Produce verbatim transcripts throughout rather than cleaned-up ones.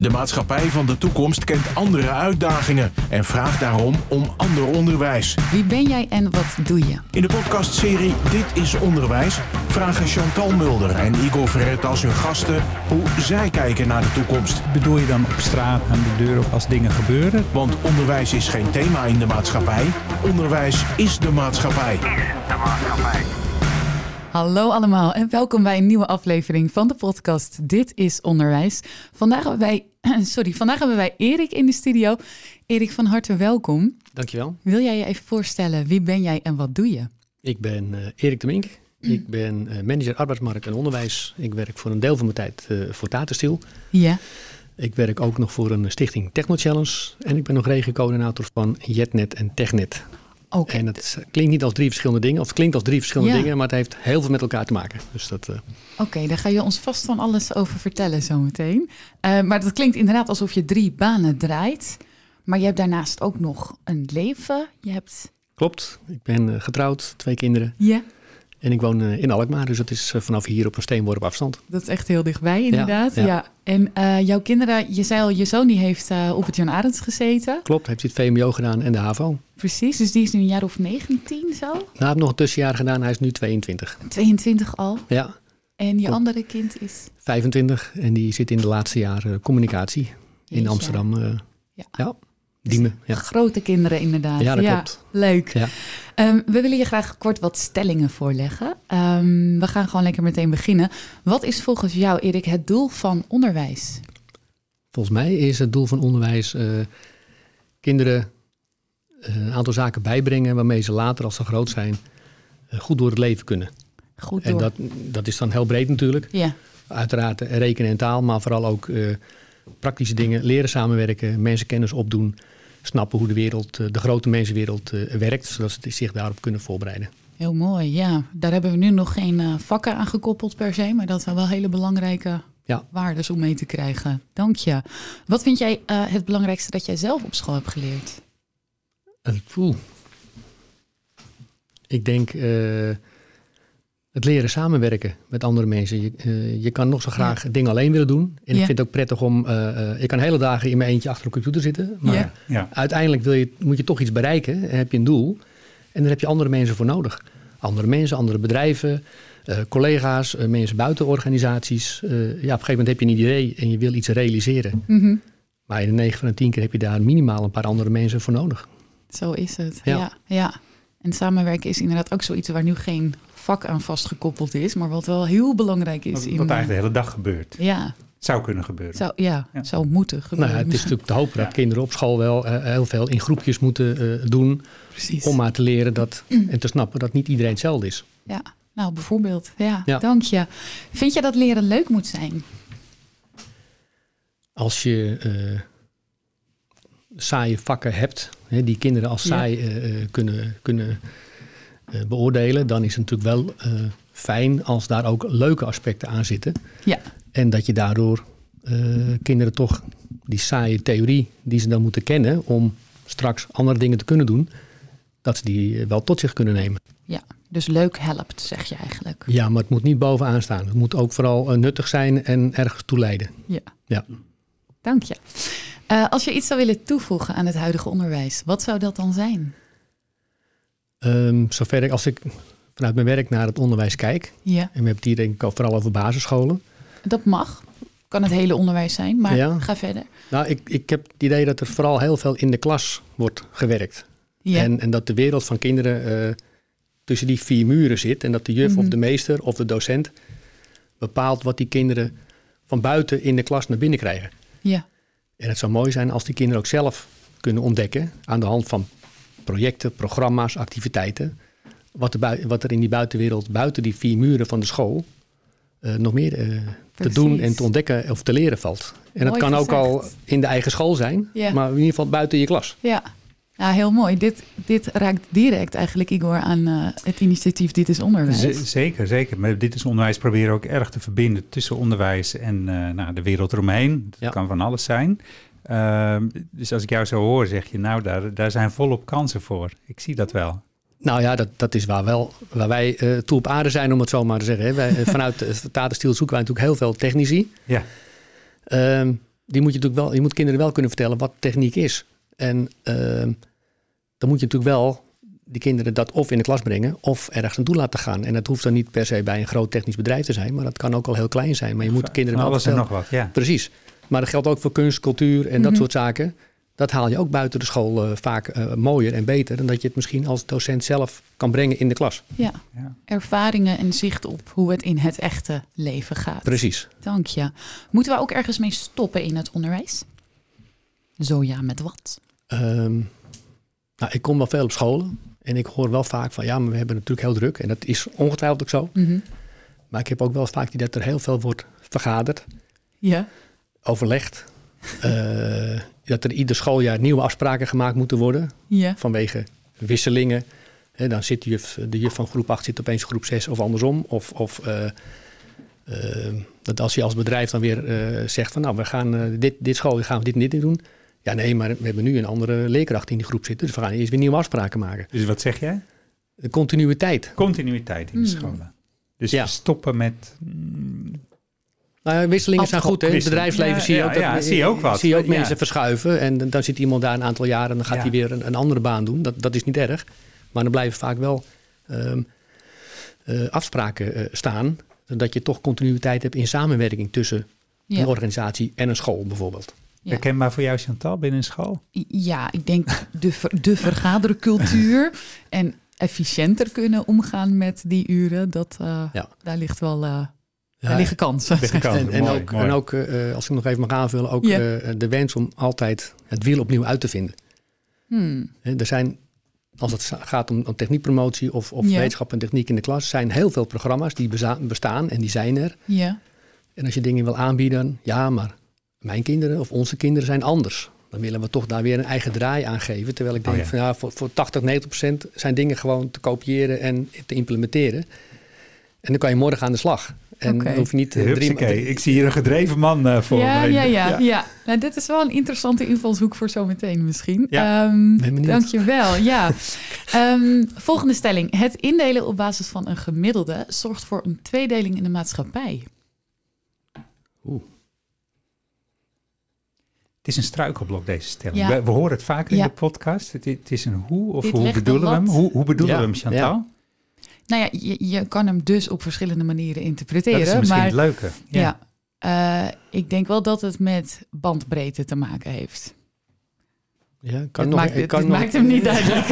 De maatschappij van de toekomst kent andere uitdagingen en vraagt daarom om ander onderwijs. Wie ben jij en wat doe je? In de podcastserie Dit is Onderwijs vragen Chantal Mulder en Igor Verret als hun gasten hoe zij kijken naar de toekomst. Bedoel je dan op straat, aan de deur of als dingen gebeuren? Want onderwijs is geen thema in de maatschappij. Onderwijs is de maatschappij. Is de maatschappij. Hallo allemaal en welkom bij een nieuwe aflevering van de podcast Dit is Onderwijs. Vandaag hebben wij, sorry, vandaag hebben wij Erik in de studio. Erik, van harte welkom. Dankjewel. Wil jij je even voorstellen, wie ben jij en wat doe je? Ik ben uh, Erik de Mink. Ik ben uh, manager arbeidsmarkt en onderwijs. Ik werk voor een deel van mijn tijd uh, voor Tata Steel. Ja. Ik werk ook nog voor een stichting Techno Challenge. En ik ben nog regiocoördinator van Jetnet en Technet. Okay. En het klinkt niet als drie verschillende dingen. Of het klinkt als drie verschillende ja. dingen, maar het heeft heel veel met elkaar te maken. Dus dat. Uh... Oké, okay, daar ga je ons vast van alles over vertellen zometeen. Uh, maar dat klinkt inderdaad alsof je drie banen draait. Maar je hebt daarnaast ook nog een leven. Je hebt... Klopt. Ik ben uh, getrouwd, twee kinderen. Ja. En ik woon uh, in Alkmaar, dus dat is uh, vanaf hier op een steenworp afstand. Dat is echt heel dichtbij, inderdaad. Ja, ja. ja. En uh, jouw kinderen, je zei al, je zoon die heeft uh, op het Jan Arends gezeten. Klopt, heeft hij het V M B O gedaan en de H A V O. Precies, dus die is nu een jaar of negentien zo? Nou, hij heeft nog een tussenjaar gedaan, hij is nu tweeëntwintig. tweeëntwintig al? Ja. En je Klopt. andere kind is? vijfentwintig en die zit in de laatste jaren communicatie in Jeetje. Amsterdam. Uh, ja. ja. Diemen, ja. Grote kinderen inderdaad. Ja, dat ja, klopt. Leuk. Ja. Um, we willen je graag kort wat stellingen voorleggen. Um, we gaan gewoon lekker meteen beginnen. Wat is volgens jou, Erik, het doel van onderwijs? Volgens mij is het doel van onderwijs uh, kinderen uh, een aantal zaken bijbrengen waarmee ze later, als ze groot zijn, uh, goed door het leven kunnen. Goed door. En dat, dat is dan heel breed natuurlijk. Ja. Uiteraard rekenen en taal, maar vooral ook uh, praktische dingen. Leren samenwerken, mensenkennis opdoen. Snappen hoe de wereld, de grote mensenwereld uh, werkt, zodat ze zich daarop kunnen voorbereiden. Heel mooi, ja. Daar hebben we nu nog geen uh, vakken aan gekoppeld per se, maar dat zijn wel hele belangrijke ja. waardes om mee te krijgen. Dank je. Wat vind jij uh, het belangrijkste dat jij zelf op school hebt geleerd? Uh, poeh. Ik denk uh, het leren samenwerken met andere mensen. Je, uh, je kan nog zo graag ja. dingen alleen willen doen. En ja. ik vind het ook prettig om... Uh, uh, ik kan hele dagen in mijn eentje achter een computer zitten. Maar ja. Ja. uiteindelijk wil je, moet je toch iets bereiken. En heb je een doel. En daar heb je andere mensen voor nodig. Andere mensen, andere bedrijven, uh, collega's, uh, mensen buiten organisaties. Uh, ja, op een gegeven moment heb je een idee en je wil iets realiseren. Mm-hmm. Maar in de negen van de tien keer heb je daar minimaal een paar andere mensen voor nodig. Zo is het, ja. ja. ja. En samenwerken is inderdaad ook zoiets waar nu geen vak aan vastgekoppeld is, maar wat wel heel belangrijk is. Wat, in, wat eigenlijk de hele dag gebeurt. Ja. Zou kunnen gebeuren. Zou, ja, ja, zou moeten gebeuren. Nou, het is natuurlijk te hopen dat ja. kinderen op school wel uh, heel veel in groepjes moeten uh, doen. Precies. Om maar te leren dat, en te snappen dat niet iedereen hetzelfde is. Ja, nou bijvoorbeeld. Ja, ja. Dank je. Vind je dat leren leuk moet zijn? Als je uh, saaie vakken hebt, hè, die kinderen als saai ja. uh, kunnen, kunnen uh, beoordelen, dan is het natuurlijk wel uh, fijn als daar ook leuke aspecten aan zitten. Ja. En dat je daardoor uh, kinderen toch die saaie theorie die ze dan moeten kennen om straks andere dingen te kunnen doen, dat ze die wel tot zich kunnen nemen. Ja, dus leuk helpt, zeg je eigenlijk. Ja, maar het moet niet bovenaan staan. Het moet ook vooral uh, nuttig zijn en ergens toe leiden. Ja. Ja. Dank je. Uh, als je iets zou willen toevoegen aan het huidige onderwijs, wat zou dat dan zijn? Um, zover ik, als ik vanuit mijn werk naar het onderwijs kijk, ja. en we hebben het hier denk ik vooral over basisscholen. Dat mag. Kan het hele onderwijs zijn, maar ja. ga verder. Nou, ik, ik heb het idee dat er vooral heel veel in de klas wordt gewerkt. Ja. En, en dat de wereld van kinderen uh, tussen die vier muren zit. En dat de juf mm-hmm. of de meester of de docent bepaalt wat die kinderen van buiten in de klas naar binnen krijgen. Ja. En het zou mooi zijn als die kinderen ook zelf kunnen ontdekken aan de hand van projecten, programma's, activiteiten. Wat er, bui- wat er in die buitenwereld, buiten die vier muren van de school, uh, nog meer uh, te doen en te ontdekken of te leren valt. En dat kan gezegd. Ook al in de eigen school zijn, ja. maar in ieder geval buiten je klas. Ja, ja heel mooi. Dit, dit raakt direct eigenlijk, Igor, aan uh, het initiatief Dit is Onderwijs. Z- zeker, zeker. Met Dit is Onderwijs proberen we ook erg te verbinden tussen onderwijs en uh, nou, de wereld eromheen. Dat ja. kan van alles zijn. Uh, dus als ik jou zo hoor, zeg je, nou, daar, daar zijn volop kansen voor. Ik zie dat wel. Nou ja, dat, dat is waar, wel, waar wij uh, toe op aarde zijn, om het zo maar te zeggen. Hè. Wij, vanuit uh, Tata Steel zoeken wij natuurlijk heel veel technici. Ja. Um, die moet je natuurlijk wel, je moet kinderen wel kunnen vertellen wat techniek is. En uh, dan moet je natuurlijk wel die kinderen dat of in de klas brengen of ergens naartoe laten gaan. En dat hoeft dan niet per se bij een groot technisch bedrijf te zijn, maar dat kan ook al heel klein zijn. Maar je moet kinderen wel alles vertellen. En nog wat, ja. Precies. Maar dat geldt ook voor kunst, cultuur en mm-hmm. dat soort zaken. Dat haal je ook buiten de school uh, vaak uh, mooier en beter dan dat je het misschien als docent zelf kan brengen in de klas. Ja, ja. Ervaringen en zicht op hoe het in het echte leven gaat. Precies. Dank je. Moeten we ook ergens mee stoppen in het onderwijs? Zo ja, met wat? Um, nou, ik kom wel veel op scholen en ik hoor wel vaak van ja, maar we hebben het natuurlijk heel druk. En dat is ongetwijfeld ook zo. Mm-hmm. Maar ik heb ook wel vaak die dat er heel veel wordt vergaderd, ja. overlegd. Uh, dat er ieder schooljaar nieuwe afspraken gemaakt moeten worden. Ja. Vanwege wisselingen. He, dan zit de juf, de juf van groep acht zit opeens groep zes of andersom. Of, of uh, uh, dat als je als bedrijf dan weer uh, zegt van nou, we gaan uh, dit, dit schooljaar gaan we dit en dit doen. Ja, nee, maar we hebben nu een andere leerkracht in die groep zitten. Dus we gaan eerst weer nieuwe afspraken maken. Dus wat zeg jij? De continuïteit. Continuïteit in de scholen. Mm. Dus ja. stoppen met... Mm, nou, wisselingen zijn goed. In het bedrijfsleven ja, zie je ook, dat, ja, zie je ook, wat. Zie je ook ja. mensen verschuiven. En dan zit iemand daar een aantal jaren en dan gaat ja. hij weer een, een andere baan doen. Dat, dat is niet erg. Maar dan blijven vaak wel um, uh, afspraken uh, staan. Zodat je toch continuïteit hebt in samenwerking tussen ja. een organisatie en een school bijvoorbeeld. Ja. Herkenbaar voor jou, Chantal, binnen een school? Ja, ik denk de, ver, de vergadercultuur en efficiënter kunnen omgaan met die uren. Dat, uh, ja. Daar ligt wel... Uh, Ja, er liggen kansen. Liggen kansen. En, en mooi, ook, mooi. en ook uh, als ik nog even mag aanvullen, ook yeah. uh, de wens om altijd het wiel opnieuw uit te vinden. Hmm. Er zijn, als het gaat om, om techniekpromotie of, of yeah. wetenschap en techniek in de klas, zijn heel veel programma's die beza- bestaan en die zijn er. Yeah. En als je dingen wil aanbieden, ja, maar mijn kinderen of onze kinderen zijn anders. Dan willen we toch daar weer een eigen draai aan geven. Terwijl ik denk oh, ja. van ja, voor, voor tachtig, negentig procent zijn dingen gewoon te kopiëren en te implementeren. En dan kan je morgen aan de slag. En okay. hoef je niet uh, drie maanden. Ik zie hier een gedreven man uh, voor ja, mij. Ja, ja, ja. ja. Nou, dit is wel een interessante invalshoek voor zometeen misschien. Ja, um, ben benieuwd. Dank je wel. Ja. um, volgende stelling. Het indelen op basis van een gemiddelde zorgt voor een tweedeling in de maatschappij. Oeh. Het is een struikelblok, deze stelling. Ja. We, we horen het vaker ja. in de podcast. Het, het is een hoe of Dit hoe bedoelen we hem? Hoe, hoe bedoelen ja. we hem, Chantal? Ja. Nou ja, je, je kan hem dus op verschillende manieren interpreteren. Dat is misschien maar, het leuke. Ja, ja uh, ik denk wel dat het met bandbreedte te maken heeft. Ja, kan het nog, maakt, het, kan het nog... maakt hem niet duidelijk.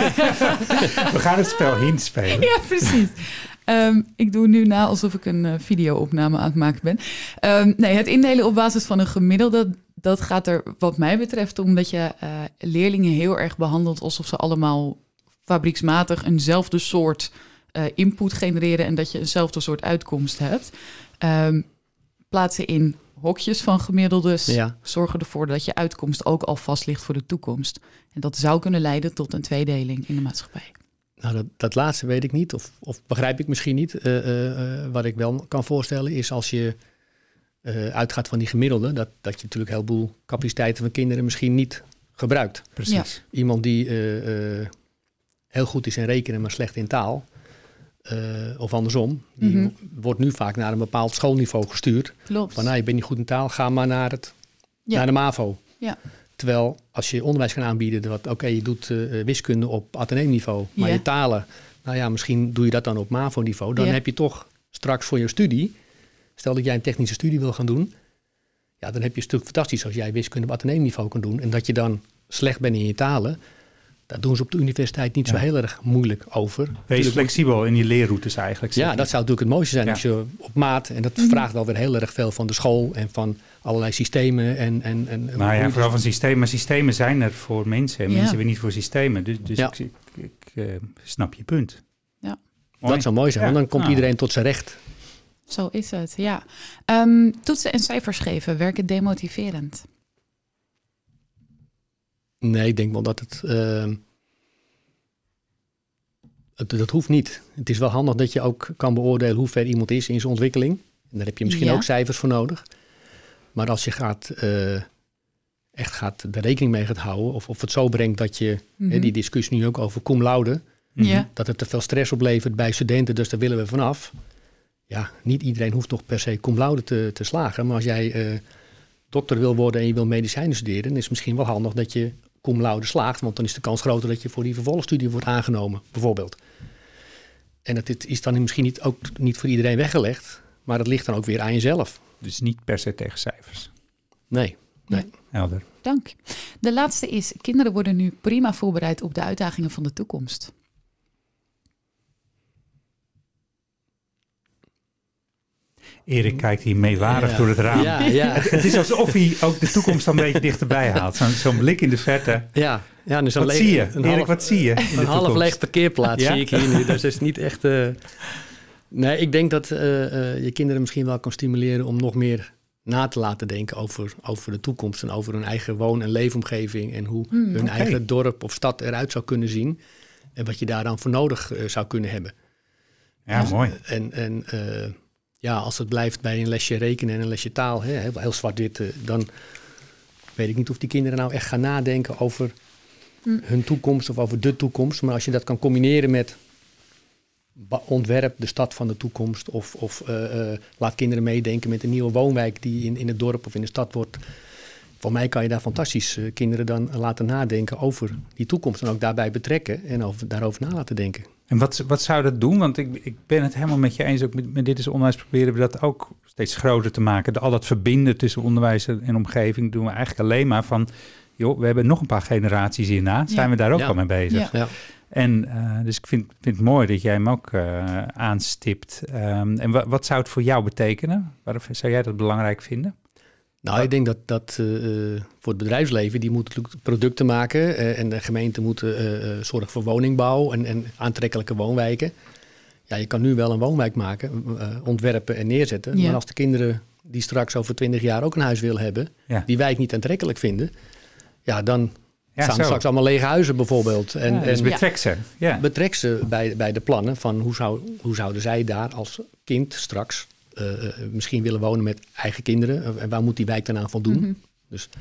We gaan het spel hint spelen. Ja, precies. Um, ik doe nu na alsof ik een uh, video-opname aan het maken ben. Um, nee, het indelen op basis van een gemiddelde, dat gaat er wat mij betreft om dat je uh, leerlingen heel erg behandelt alsof ze allemaal fabrieksmatig eenzelfde soort uh, input genereren en dat je eenzelfde soort uitkomst hebt. Um, plaatsen in hokjes van gemiddeldes ja. zorgen ervoor dat je uitkomst ook al vast ligt voor de toekomst. En dat zou kunnen leiden tot een tweedeling in de maatschappij. Nou, dat, dat laatste weet ik niet, of, of begrijp ik misschien niet. Uh, uh, uh, wat ik wel kan voorstellen is als je uh, uitgaat van die gemiddelde, dat, dat je natuurlijk een heleboel capaciteiten van kinderen misschien niet gebruikt. Precies. Ja. Iemand die uh, uh, heel goed is in rekenen, maar slecht in taal, uh, of andersom, die mm-hmm. wordt nu vaak naar een bepaald schoolniveau gestuurd. Klopt. Van nou, je bent niet goed in taal, ga maar naar, het, ja. naar de MAVO. Ja. Terwijl als je onderwijs kan aanbieden, oké, okay, je doet uh, wiskunde op ateneemniveau, maar ja. je talen, nou ja, misschien doe je dat dan op MAVO-niveau. Dan ja. heb je toch straks voor je studie, stel dat jij een technische studie wil gaan doen, ja, dan heb je een stuk fantastisch als jij wiskunde op ateneemniveau kan doen. En dat je dan slecht bent in je talen, daar doen ze op de universiteit niet ja. zo heel erg moeilijk over. Wees Natuurlijk, flexibel in die leerroutes eigenlijk. Ja, dat zou natuurlijk het mooiste zijn ja. als je op maat, en dat mm-hmm. vraagt wel weer heel erg veel van de school en van allerlei systemen. En, en, en, nou ja, vooral van systemen. Maar systemen zijn er voor mensen en ja. mensen weer niet voor systemen. Dus, dus ja. ik, ik, ik uh, snap je punt. Ja. Dat zou mooi zijn, ja. want dan komt nou. iedereen tot zijn recht. Zo is het, ja. Um, toetsen en cijfers geven, werken demotiverend? Nee, ik denk wel dat het, uh, het... Dat hoeft niet. Het is wel handig dat je ook kan beoordelen hoe ver iemand is in zijn ontwikkeling. En daar heb je misschien ja. ook cijfers voor nodig. Maar als je gaat, uh, echt gaat de rekening mee gaat houden, of, of het zo brengt dat je, mm-hmm. hè, die discussie nu ook over cum laude, mm-hmm. dat het te veel stress oplevert bij studenten, dus daar willen we vanaf. Ja, niet iedereen hoeft nog per se cum laude te, te slagen. Maar als jij uh, dokter wil worden en je wil medicijnen studeren, dan is het misschien wel handig dat je cum laude slaagt, want dan is de kans groter dat je voor die vervolgstudie wordt aangenomen, bijvoorbeeld. En dat is dan misschien niet, ook niet voor iedereen weggelegd, maar dat ligt dan ook weer aan jezelf. Dus niet per se tegen cijfers. Nee, nee. Nee. Helder. Dank. De laatste is, kinderen worden nu prima voorbereid op de uitdagingen van de toekomst. Erik kijkt hier meewarig ja. door het raam. Ja, ja. Het, het is alsof hij ook de toekomst dan een beetje dichterbij haalt. Zo'n, zo'n blik in de verte. Ja, ja dus wat leeg, zie je? Erik, half, wat zie je? Een half leeg parkeerplaats ja? zie ik hier nu. Dus het is niet echt... Uh... Nee, ik denk dat uh, uh, je kinderen misschien wel kan stimuleren om nog meer na te laten denken over, over de toekomst en over hun eigen woon- en leefomgeving en hoe mm, hun okay. eigen dorp of stad eruit zou kunnen zien en wat je daar dan voor nodig uh, zou kunnen hebben. Ja, dus, mooi. En, en uh, ja, als het blijft bij een lesje rekenen en een lesje taal, hè, heel, heel zwart-wit, uh, dan weet ik niet of die kinderen nou echt gaan nadenken over mm. hun toekomst of over de toekomst. Maar als je dat kan combineren met ontwerp de stad van de toekomst of, of uh, uh, laat kinderen meedenken met een nieuwe woonwijk die in, in het dorp of in de stad wordt. Voor mij kan je daar fantastisch uh, kinderen dan laten nadenken over die toekomst en ook daarbij betrekken en over, daarover na laten denken. En wat, wat zou dat doen? Want ik, ik ben het helemaal met je eens, ook met, met Dit is Onderwijs proberen we dat ook steeds groter te maken. De, al dat verbinden tussen onderwijs en omgeving doen we eigenlijk alleen maar van, joh, we hebben nog een paar generaties hierna, zijn ja. we daar ook ja. al mee bezig. Ja. Ja. En uh, dus ik vind, vind het mooi dat jij hem ook uh, aanstipt. Um, en wat, wat zou het voor jou betekenen? Waarom zou jij dat belangrijk vinden? Nou, wat? ik denk dat, dat uh, voor het bedrijfsleven, die moeten producten maken. Uh, en de gemeenten moeten uh, zorgen voor woningbouw en, en aantrekkelijke woonwijken. Ja, je kan nu wel een woonwijk maken, uh, ontwerpen en neerzetten. Ja. Maar als de kinderen die straks over twintig jaar ook een huis willen hebben, ja. die wijk niet aantrekkelijk vinden, ja, dan ja, staan er straks allemaal lege huizen bijvoorbeeld. En, ja, dus betrek ze. Ja. Betrek ze bij, bij de plannen van hoe, zou, hoe zouden zij daar als kind straks uh, misschien willen wonen met eigen kinderen. En waar moet die wijk dan aan voldoen? Mm-hmm. Dus,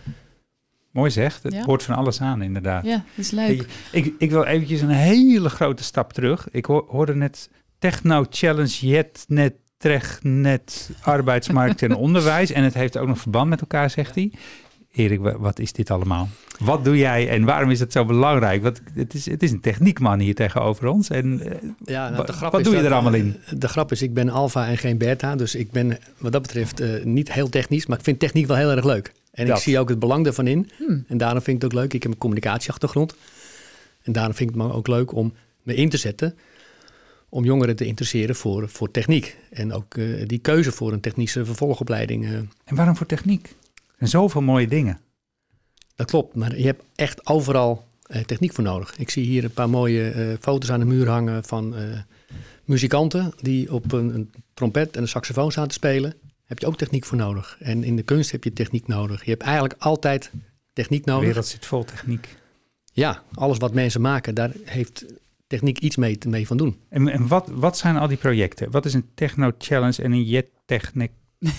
mooi zeg, het ja. hoort van alles aan inderdaad. Ja, dat is leuk. Ik, ik, ik wil eventjes een hele grote stap terug. Ik ho- hoorde net Techno Challenge, Jet, Net, Trech, Net, arbeidsmarkt en onderwijs. En het heeft ook nog verband met elkaar, zegt hij. Erik, wat is dit allemaal? Wat doe jij en waarom is het zo belangrijk? Want het is, het is een techniekman hier tegenover ons. En ja, nou, de grap wat is doe je dat, er allemaal in? De grap is, ik ben alfa en geen beta. Dus ik ben wat dat betreft uh, niet heel technisch. Maar ik vind techniek wel heel erg leuk. En dat. Ik zie ook het belang daarvan in. Hmm. En daarom vind ik het ook leuk. Ik heb een communicatieachtergrond. En daarom vind ik het ook leuk om me in te zetten. Om jongeren te interesseren voor, voor techniek. En ook uh, die keuze voor een technische vervolgopleiding. Uh. En waarom voor techniek? En zoveel mooie dingen. Dat klopt, maar je hebt echt overal uh, techniek voor nodig. Ik zie hier een paar mooie uh, foto's aan de muur hangen van uh, muzikanten die op een, een trompet en een saxofoon staan te spelen. Heb je ook techniek voor nodig. En in de kunst heb je techniek nodig. Je hebt eigenlijk altijd techniek nodig. De wereld zit vol techniek. Ja, alles wat mensen maken, daar heeft techniek iets mee, mee van doen. En, en wat, wat zijn al die projecten? Wat is een Techno Challenge en een Jet Technic?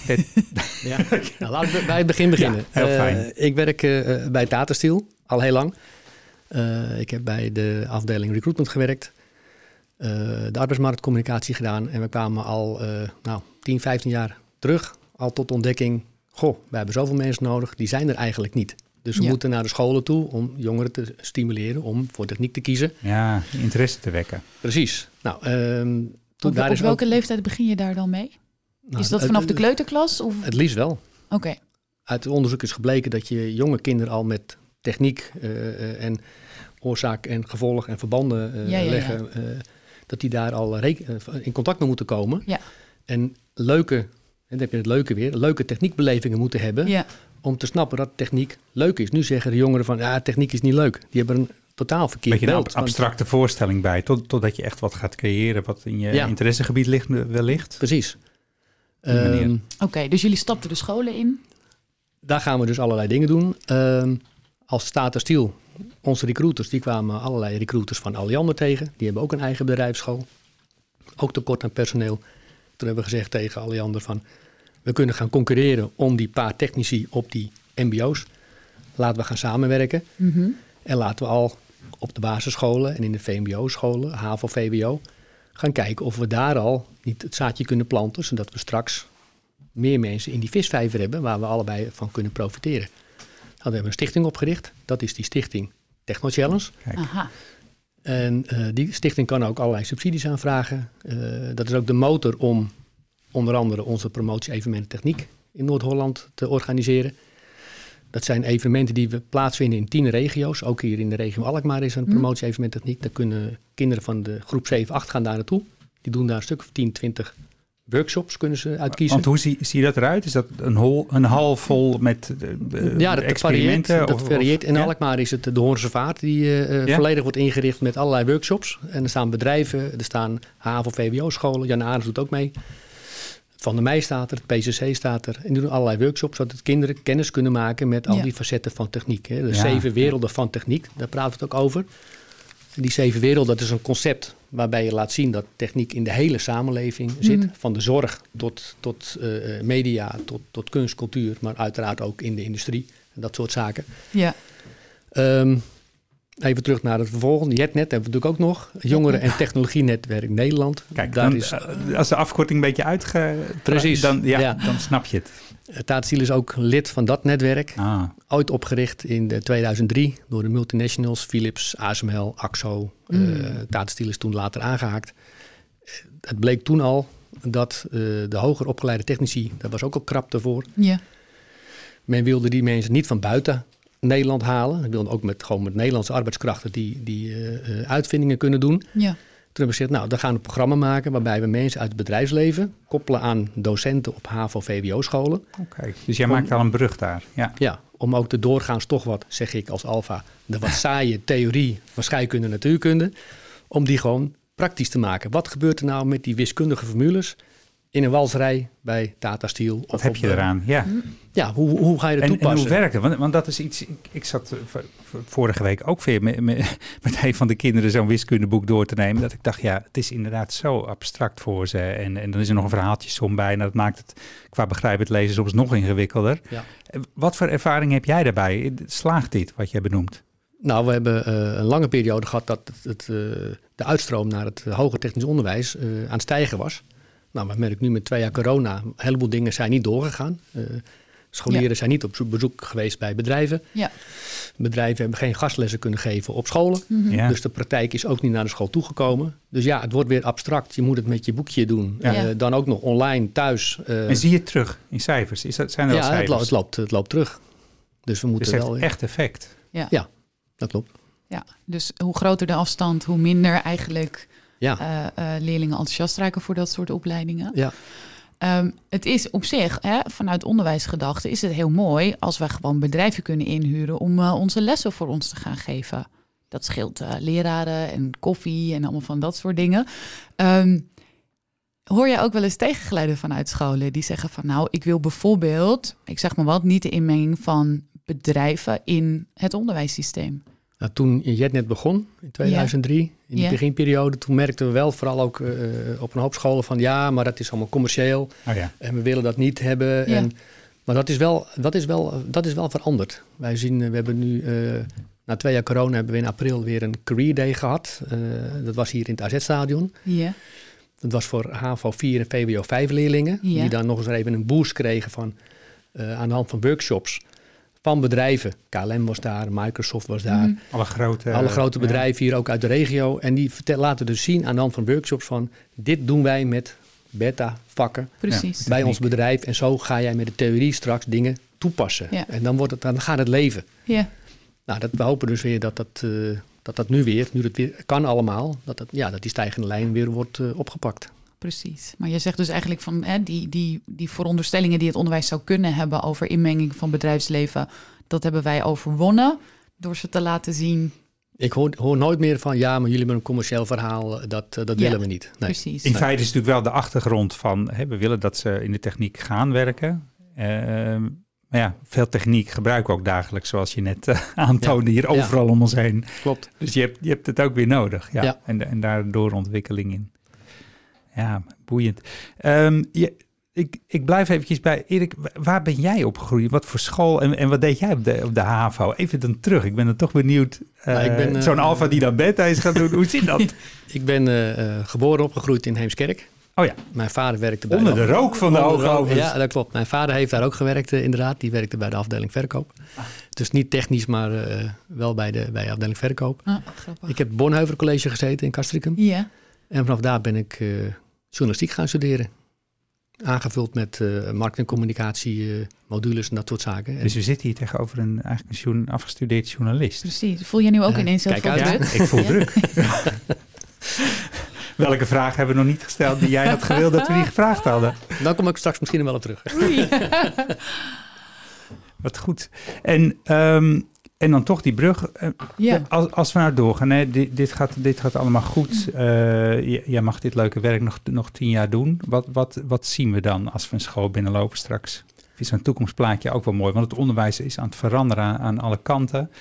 ja, nou, laten we bij het begin beginnen. Ja, heel fijn. Uh, ik werk uh, bij Tata Steel al heel lang. Uh, ik heb bij de afdeling recruitment gewerkt. Uh, de arbeidsmarktcommunicatie gedaan. En we kwamen al uh, nou, tien, vijftien jaar terug. Al tot ontdekking. Goh, we hebben zoveel mensen nodig. Die zijn er eigenlijk niet. Dus we ja. moeten naar de scholen toe om jongeren te stimuleren om voor techniek te kiezen. Ja, interesse te wekken. Precies. Nou, um, op, daar op is welke ook... leeftijd begin je daar dan mee? Nou, is dat vanaf het, de kleuterklas? Of? Het liefst wel. Oké. Okay. Uit het onderzoek is gebleken dat je jonge kinderen al met techniek uh, uh, en oorzaak en gevolg en verbanden uh, ja, ja, leggen, ja. Uh, dat die daar al reken- uh, in contact mee moeten komen. Ja. En leuke, en dan heb je het leuke weer, leuke techniekbelevingen moeten hebben ja. om te snappen dat techniek leuk is. Nu zeggen de jongeren van, ja, techniek is niet leuk. Die hebben een totaal verkeerd beeld. Een beetje een abstracte want, voorstelling bij, tot, totdat je echt wat gaat creëren wat in je ja. interessegebied ligt wellicht. Precies. Um, Oké, okay, dus jullie stapten de scholen in? Daar gaan we dus allerlei dingen doen. Um, als Tata Steel, onze recruiters, die kwamen allerlei recruiters van Alliander tegen. Die hebben ook een eigen bedrijfsschool. Ook tekort aan personeel. Toen hebben we gezegd tegen Alliander van, we kunnen gaan concurreren om die paar technici op die mbo's. Laten we gaan samenwerken. Mm-hmm. En laten we al op de basisscholen en in de V M B O-scholen, HAVO, V W O, gaan kijken of we daar al niet het zaadje kunnen planten, zodat we straks meer mensen in die visvijver hebben waar we allebei van kunnen profiteren. Nou, we hebben een stichting opgericht. Dat is die stichting Techno Challenge. Kijk. Aha. En uh, die stichting kan ook allerlei subsidies aanvragen. Uh, dat is ook de motor om onder andere onze promotie-evenementen techniek in Noord-Holland te organiseren. Dat zijn evenementen die we plaatsvinden in tien regio's. Ook hier in de regio Alkmaar is een promotie-evenement techniek. Daar kunnen kinderen van de groep zeven acht gaan daar naartoe. Die doen daar een stuk of tien, twintig workshops kunnen ze uitkiezen. Want hoe zie, zie je dat eruit? Is dat een, hol, een hal vol met uh, ja, dat experimenten? Varieert, of, dat varieert. In ja? Alkmaar is het de Hoornse Vaart die uh, ja? volledig wordt ingericht met allerlei workshops. En er staan bedrijven, er staan H A V O, V W O-scholen. Jan Arends doet ook mee. Van der Meij staat er, het P C C staat er. En die doen allerlei workshops, zodat kinderen kennis kunnen maken met al ja. die facetten van techniek. Hè. De ja, zeven werelden ja. van techniek, daar praten we het ook over. En die zeven werelden, dat is een concept waarbij je laat zien dat techniek in de hele samenleving mm. zit. Van de zorg tot, tot uh, media, tot, tot kunst, cultuur, maar uiteraard ook in de industrie. En dat soort zaken. Ja. Um, Even terug naar het vervolgende. JetNet hebben we natuurlijk ook nog. Jongeren- en Technologienetwerk Nederland. Kijk, dan, is, als de afkorting een beetje uitge... Precies. Dan, ja, ja. dan snap je het. Tata Steel is ook lid van dat netwerk. Ah. Ooit opgericht in de tweeduizend drie door de multinationals. Philips, A S M L, Axo. Mm. Uh, Tata Steel is toen later aangehaakt. Het bleek toen al dat uh, de hoger opgeleide technici... daar was ook al krapte voor. Ja. Men wilde die mensen niet van buiten... Nederland halen. We wilden ook met, gewoon met Nederlandse arbeidskrachten die, die uh, uitvindingen kunnen doen. Ja. Toen hebben we gezegd, nou, dan gaan we een programma maken waarbij we mensen uit het bedrijfsleven koppelen aan docenten op H A V O, V W O-scholen. Okay. Dus jij om, maakt al een brug daar. Ja. ja, om ook de doorgaans toch wat, zeg ik als Alfa, de wat saaie theorie van scheikunde en natuurkunde, om die gewoon praktisch te maken. Wat gebeurt er nou met die wiskundige formules in een walserij bij Tata Steel? Wat of heb op, je eraan? Ja. Ja, hoe, hoe ga je dat en, toepassen? En hoe werkt het? Want, want dat is iets... Ik, ik zat uh, vorige week ook weer met, met, met een van de kinderen zo'n wiskundeboek door te nemen. Dat ik dacht, ja, het is inderdaad zo abstract voor ze. En, en dan is er nog een verhaaltjesom bij. En dat maakt het qua begrijpend lezen soms nog ingewikkelder. Ja. Wat voor ervaring heb jij daarbij? Slaagt dit, wat jij benoemt? Nou, we hebben uh, een lange periode gehad dat het, het, uh, de uitstroom naar het hoger technisch onderwijs uh, aan het stijgen was. Nou, we merken nu met twee jaar corona, een heleboel dingen zijn niet doorgegaan. Uh, scholieren ja. zijn niet op bezoek geweest bij bedrijven. Ja. Bedrijven hebben geen gastlessen kunnen geven op scholen. Mm-hmm. Ja. Dus de praktijk is ook niet naar de school toegekomen. Dus ja, het wordt weer abstract. Je moet het met je boekje doen. Ja. Uh, dan ook nog online, thuis. Uh, en zie je het terug in cijfers? Is dat, zijn er ja, al cijfers? het, lo- het, loopt, het loopt terug. Dus we moeten dus wel... Het heeft echt effect. Ja. ja, dat klopt. Ja, dus hoe groter de afstand, hoe minder eigenlijk... Ja. Uh, uh, leerlingen enthousiast raken voor dat soort opleidingen. Ja. Um, het is op zich, hè, vanuit onderwijsgedachte, is het heel mooi als we gewoon bedrijven kunnen inhuren om uh, onze lessen voor ons te gaan geven. Dat scheelt uh, leraren en koffie en allemaal van dat soort dingen. Um, hoor je ook wel eens tegengeluiden vanuit scholen die zeggen van nou, ik wil bijvoorbeeld, ik zeg maar wat, niet de inmenging van bedrijven in het onderwijssysteem. Nou, toen JetNet begon, in tweeduizend drie, ja. in die ja. beginperiode, toen merkten we wel vooral ook uh, op een hoop scholen van ja, maar dat is allemaal commercieel oh ja. en we willen dat niet hebben. Ja. En, maar dat is, wel, dat, is wel, dat is wel veranderd. Wij zien, we hebben nu, uh, na twee jaar corona, hebben we in april weer een Career Day gehad. Uh, dat was hier in het A Z-stadion. Ja. Dat was voor H A V O vier en V W O vijf leerlingen, ja. die dan nog eens even een boost kregen van, uh, aan de hand van workshops. Van bedrijven. K L M was daar, Microsoft was daar. Mm. Alle grote, Alle grote bedrijven ja. hier ook uit de regio. En die vertel, laten dus zien aan de hand van workshops van... dit doen wij met beta-vakken Precies. bij ons bedrijf. En zo ga jij met de theorie straks dingen toepassen. Ja. En dan, wordt het, dan gaat het leven. Ja. Nou, dat, we hopen dus weer dat dat, uh, dat dat nu weer, nu het weer kan allemaal... dat, dat, ja, dat die stijgende lijn weer wordt uh, opgepakt. Precies. Maar je zegt dus eigenlijk van hè, die, die, die veronderstellingen die het onderwijs zou kunnen hebben over inmenging van bedrijfsleven, dat hebben wij overwonnen door ze te laten zien. Ik hoor, hoor nooit meer van ja, maar jullie hebben een commercieel verhaal, dat, dat ja, willen we niet. Nee. Precies. In feite is het natuurlijk wel de achtergrond van hè, we willen dat ze in de techniek gaan werken. Uh, maar ja, veel techniek gebruiken we ook dagelijks, zoals je net uh, aantoonde, ja. hier overal ja. om ons heen. Klopt. Dus je hebt, je hebt het ook weer nodig. Ja. Ja. En, en daardoor ontwikkeling in. Ja, boeiend. Um, je, ik, ik blijf eventjes bij Erik. Waar ben jij opgegroeid? Wat voor school en, en wat deed jij op de, op de H A V O? Even dan terug. Ik ben dan toch benieuwd. Uh, nou, ik ben, uh, zo'n alfa die dan beta is gaan doen. Hoe zit dat? Ik ben uh, uh, geboren opgegroeid in Heemskerk. Oh ja. Mijn vader werkte bij Onder de rook van de hoogovens. Ja, dat klopt. Mijn vader heeft daar ook gewerkt uh, inderdaad. Die werkte bij de afdeling verkoop. Ah. Dus niet technisch, maar uh, wel bij de, bij de afdeling verkoop. Ah, ik heb Bonhoeffer College gezeten in Castricum. Ja. En vanaf daar ben ik uh, journalistiek gaan studeren. Aangevuld met uh, marketing- en communicatie uh, modules en dat soort zaken. Dus we zitten hier tegenover een, eigenlijk een afgestudeerd journalist. Precies. Voel je nu ook uh, ineens heel veel druk? Ja, ik voel ja. druk. Welke vraag hebben we nog niet gesteld die jij had gewild dat we die gevraagd hadden? Dan kom ik straks misschien wel op terug. Wat goed. En, um, en dan toch die brug. Uh, ja. als, als we nou doorgaan, hè, dit, dit, gaat, dit gaat allemaal goed. Uh, jij mag dit leuke werk nog, nog tien jaar doen. Wat, wat, wat zien we dan als we een school binnenlopen straks? Ik vind zo'n toekomstplaatje ook wel mooi. Want het onderwijs is aan het veranderen aan, aan alle kanten.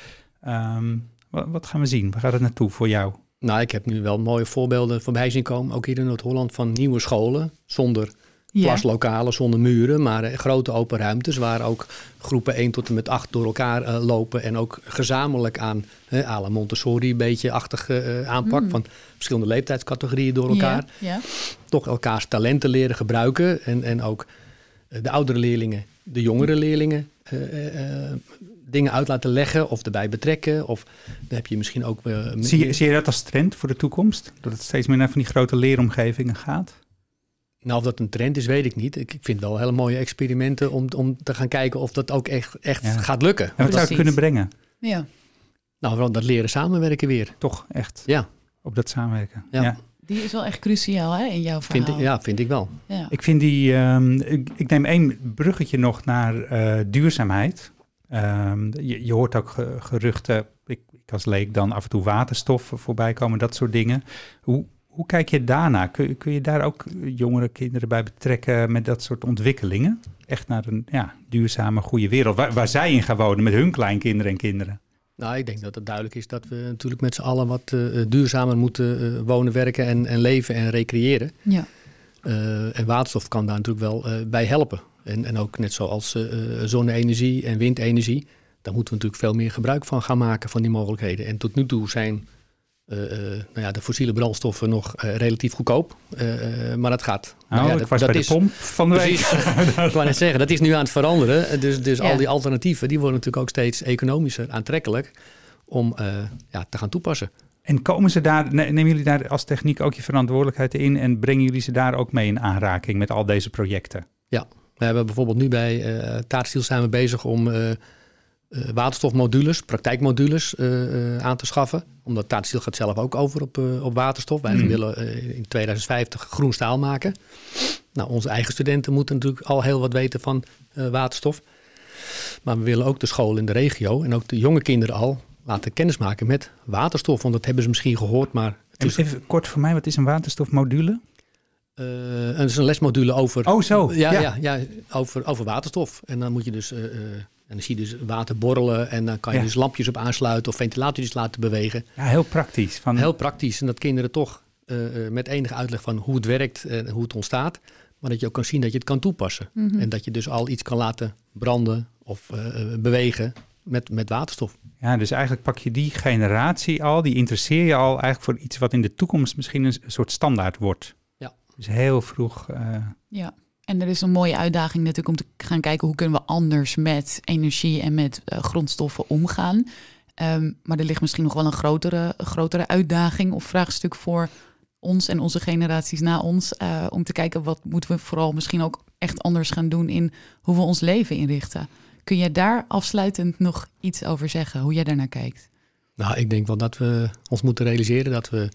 Um, wat, wat gaan we zien? Waar gaat het naartoe voor jou? Nou, ik heb nu wel mooie voorbeelden voorbij zien komen. Ook hier in Noord-Holland van nieuwe scholen. Zonder klaslokalen, ja. zonder muren. Maar uh, grote open ruimtes waar ook groepen één tot en met acht door elkaar uh, lopen. En ook gezamenlijk aan uh, à la Montessori een beetje achtige uh, aanpak. Mm. Van verschillende leeftijdscategorieën door elkaar. Ja, ja. Toch elkaars talenten leren gebruiken. En, en ook uh, de oudere leerlingen, de jongere leerlingen uh, uh, dingen uit laten leggen of erbij betrekken. Of dan heb je misschien ook... Uh, zie, je, zie je dat als trend voor de toekomst? Dat het steeds meer naar van die grote leeromgevingen gaat? Nou, of dat een trend is, weet ik niet. Ik, ik vind wel hele mooie experimenten om, om te gaan kijken of dat ook echt, echt ja. gaat lukken. En wat zou het kunnen brengen? Ja. Nou, vooral dat leren samenwerken weer. Toch, echt? Ja. Op dat samenwerken. Ja. ja. Die is wel echt cruciaal hè, in jouw verhaal. Vind ik, ja, vind ik wel. Ja. Ik vind die... Um, ik, ik neem één bruggetje nog naar uh, duurzaamheid. Um, je, je hoort ook ge, geruchten, ik, ik als leek dan af en toe waterstof voorbij komen, dat soort dingen. Hoe, hoe kijk je daarna? Kun, kun je daar ook jongere kinderen bij betrekken met dat soort ontwikkelingen? Echt naar een ja, duurzame, goede wereld, waar, waar zij in gaan wonen met hun kleinkinderen en kinderen. Nou, ik denk dat het duidelijk is dat we natuurlijk met z'n allen wat uh, duurzamer moeten uh, wonen, werken en, en leven en recreëren. Ja. Uh, en waterstof kan daar natuurlijk wel uh, bij helpen. En, en ook net zoals uh, zonne-energie en windenergie. Daar moeten we natuurlijk veel meer gebruik van gaan maken van die mogelijkheden. En tot nu toe zijn uh, uh, nou ja, de fossiele brandstoffen nog uh, relatief goedkoop. Uh, uh, maar dat gaat. Oh, nou ja, dat, ik was dat bij is, de pomp van de week. Ik wou net zeggen, dat is nu aan het veranderen. Dus, dus ja. al die alternatieven die worden natuurlijk ook steeds economischer aantrekkelijk om uh, ja, te gaan toepassen. En komen ze daar, nemen jullie daar als techniek ook je verantwoordelijkheid in en brengen jullie ze daar ook mee in aanraking met al deze projecten? Ja, we hebben bijvoorbeeld nu bij uh, Taartstiel zijn we bezig om uh, uh, waterstofmodules, praktijkmodules uh, uh, aan te schaffen. Omdat Taartstiel gaat zelf ook over op, uh, op waterstof. Wij mm. willen uh, in tweeduizend vijftig groen staal maken. Nou, onze eigen studenten moeten natuurlijk al heel wat weten van uh, waterstof. Maar we willen ook de scholen in de regio en ook de jonge kinderen al laten kennismaken met waterstof. Want dat hebben ze misschien gehoord, maar... Het is... Even kort voor mij, wat is een waterstofmodule? Uh, het is een lesmodule over... Oh, zo. Ja, ja. ja, ja over, over waterstof. En dan moet je dus... Uh, uh, en dan zie je dus water borrelen en dan kan je ja. dus lampjes op aansluiten of ventilatortjes laten bewegen. Ja, heel praktisch. Van... Heel praktisch. En dat kinderen toch uh, uh, met enige uitleg van hoe het werkt en hoe het ontstaat, maar dat je ook kan zien dat je het kan toepassen. Mm-hmm. En dat je dus al iets kan laten branden of uh, bewegen met, met waterstof. Ja, dus eigenlijk pak je die generatie al, die interesseer je al eigenlijk voor iets wat in de toekomst misschien een soort standaard wordt. Ja. Dus heel vroeg... Uh... Ja. En er is een mooie uitdaging natuurlijk om te gaan kijken hoe kunnen we anders met energie en met uh, grondstoffen omgaan. Um, maar er ligt misschien nog wel een grotere, grotere uitdaging of vraagstuk voor ons en onze generaties na ons. Uh, om te kijken wat moeten we vooral misschien ook echt anders gaan doen in hoe we ons leven inrichten. Kun je daar afsluitend nog iets over zeggen, hoe jij daarnaar kijkt? Nou, ik denk wel dat we ons moeten realiseren dat we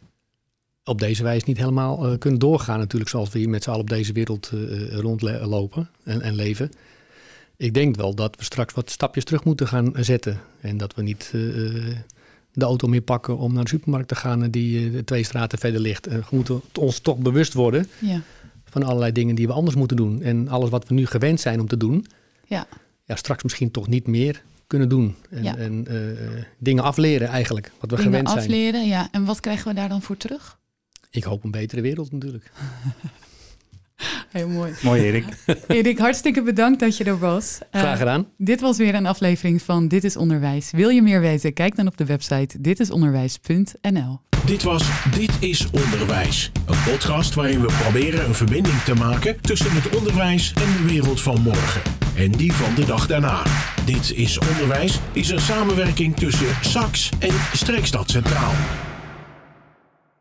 op deze wijze niet helemaal uh, kunnen doorgaan natuurlijk zoals we hier met z'n allen op deze wereld uh, rondlopen en, en leven. Ik denk wel dat we straks wat stapjes terug moeten gaan zetten. En dat we niet uh, de auto meer pakken om naar de supermarkt te gaan die uh, twee straten verder ligt. Uh, we moeten ons toch bewust worden ja. van allerlei dingen die we anders moeten doen. En alles wat we nu gewend zijn om te doen, ja. Ja, straks misschien toch niet meer kunnen doen. En, ja. en uh, dingen afleren eigenlijk, wat we dingen gewend zijn. Dingen afleren, ja. En wat krijgen we daar dan voor terug? Ik hoop een betere wereld natuurlijk. Heel mooi. Mooi, Erik. Erik, hartstikke bedankt dat je er was. Uh, Graag gedaan. Dit was weer een aflevering van Dit is Onderwijs. Wil je meer weten? Kijk dan op de website dit is onderwijs punt n l. Dit was Dit is Onderwijs. Een podcast waarin we proberen een verbinding te maken tussen het onderwijs en de wereld van morgen. En die van de dag daarna. Dit is Onderwijs is een samenwerking tussen S A X en Streekstad Centraal.